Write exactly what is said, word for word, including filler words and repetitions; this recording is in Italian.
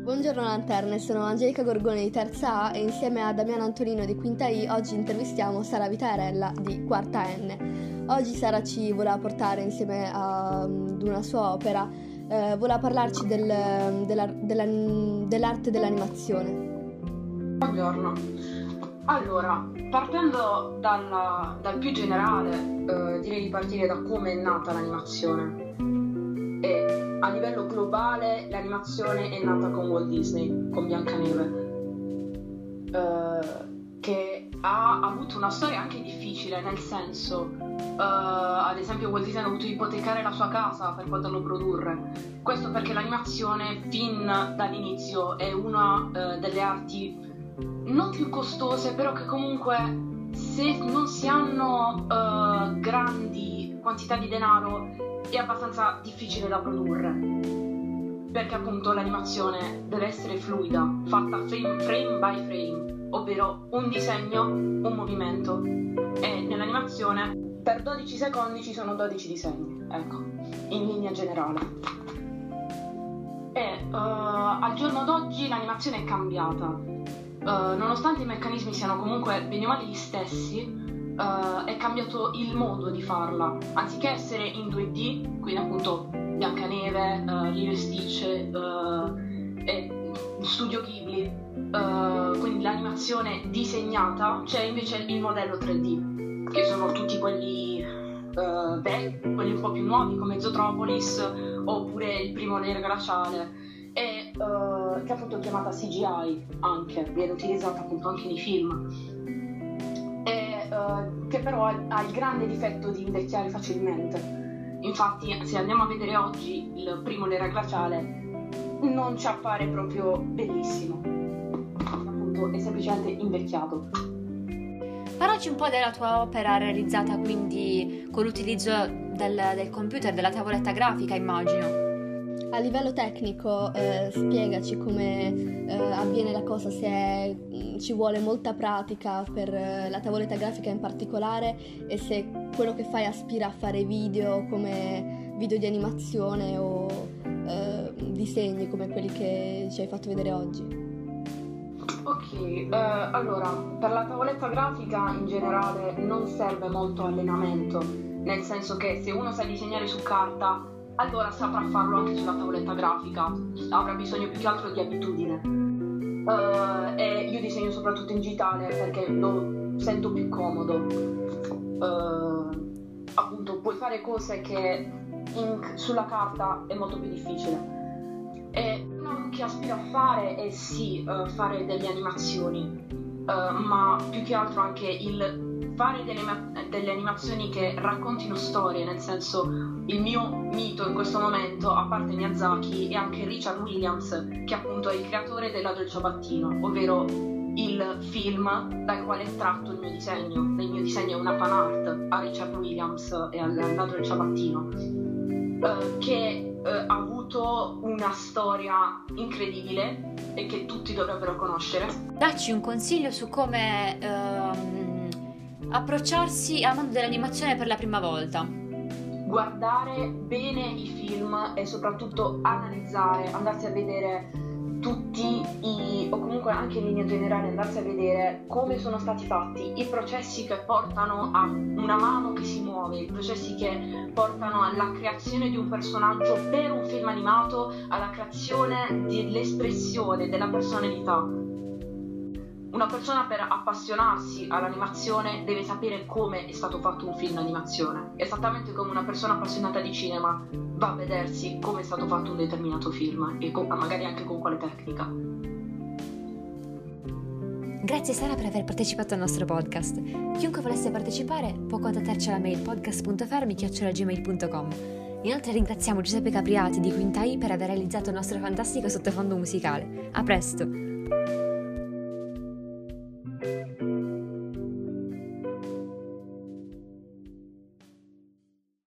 Buongiorno lanterne, sono Angelica Gorgone di terza A e insieme a Damiano Antonino di quinta I oggi intervistiamo Sara Vitaerella di quarta N. Oggi Sara ci voleva portare insieme a, ad una sua opera, eh, voleva parlarci del, della, della, dell'arte dell'animazione. Buongiorno. Allora, partendo dalla, dal più generale, eh, direi di partire da come è nata l'animazione. E a livello globale l'animazione è nata con Walt Disney, con Biancaneve, eh, che ha avuto una storia anche difficile, nel senso, eh, ad esempio Walt Disney ha dovuto ipotecare la sua casa per poterlo produrre. Questo perché l'animazione fin dall'inizio è una eh, delle arti non più costose, però che comunque se non si hanno uh, grandi quantità di denaro è abbastanza difficile da produrre, perché appunto l'animazione deve essere fluida, fatta frame, frame by frame, ovvero un disegno, un movimento, e nell'animazione per dodici secondi ci sono dodici disegni, ecco, in linea generale. E uh, al giorno d'oggi l'animazione è cambiata. Uh, nonostante i meccanismi siano comunque bene o male gli stessi, uh, è cambiato il modo di farla. Anziché essere in due D, quindi appunto Biancaneve, uh, Lilo e Stitch uh, e Studio Ghibli, uh, quindi l'animazione disegnata, c'è invece il modello tre D, che sono tutti quelli uh, vecchi, quelli un po' più nuovi come Zootropolis oppure il primo Nero Glaciale. E uh, che è appunto chiamata C G I, anche viene utilizzata appunto anche nei film, e uh, che però ha, ha il grande difetto di invecchiare facilmente. Infatti se andiamo a vedere oggi il primo Nero Glaciale non ci appare proprio bellissimo, appunto è semplicemente invecchiato. Parlaci un po' della tua opera realizzata quindi con l'utilizzo del, del computer, della tavoletta grafica, immagino. A livello tecnico, eh, spiegaci come eh, avviene la cosa, se mh, ci vuole molta pratica per eh, la tavoletta grafica in particolare e se quello che fai aspira a fare video come video di animazione o eh, disegni come quelli che ci hai fatto vedere oggi. Ok, eh, allora, per la tavoletta grafica in generale non serve molto allenamento, nel senso che se uno sa disegnare su carta, allora saprà farlo anche sulla tavoletta grafica, avrà bisogno più che altro di abitudine. Uh, e io disegno soprattutto in digitale perché lo sento più comodo. Uh, appunto, puoi fare cose che in, sulla carta è molto più difficile. E quello che aspiro a fare è sì uh, fare delle animazioni, uh, ma più che altro anche il fare delle, delle animazioni che raccontino storie, nel senso, il mio mito in questo momento, a parte Miyazaki, è anche Richard Williams, che appunto è il creatore del Ladro e il ciabattino, ovvero il film dal quale è tratto il mio disegno. Il mio disegno è una fan art a Richard Williams e al Ladro e il ciabattino, eh, che eh, ha avuto una storia incredibile e che tutti dovrebbero conoscere. Dacci un consiglio su come ehm, approcciarsi al mondo dell'animazione per la prima volta. Guardare bene i film e soprattutto analizzare, andarsi a vedere tutti i, o comunque anche in linea generale andarsi a vedere come sono stati fatti i processi che portano a una mano che si muove, i processi che portano alla creazione di un personaggio per un film animato, alla creazione dell'espressione, della personalità. Una persona per appassionarsi all'animazione deve sapere come è stato fatto un film d'animazione, esattamente come una persona appassionata di cinema va a vedersi come è stato fatto un determinato film e con, magari anche con quale tecnica. Grazie Sara per aver partecipato al nostro podcast. Chiunque volesse partecipare può contattarci alla mail podcast punto fermi chiocciola gmail punto com. Inoltre ringraziamo Giuseppe Capriati di Quinta I per aver realizzato il nostro fantastico sottofondo musicale. A presto!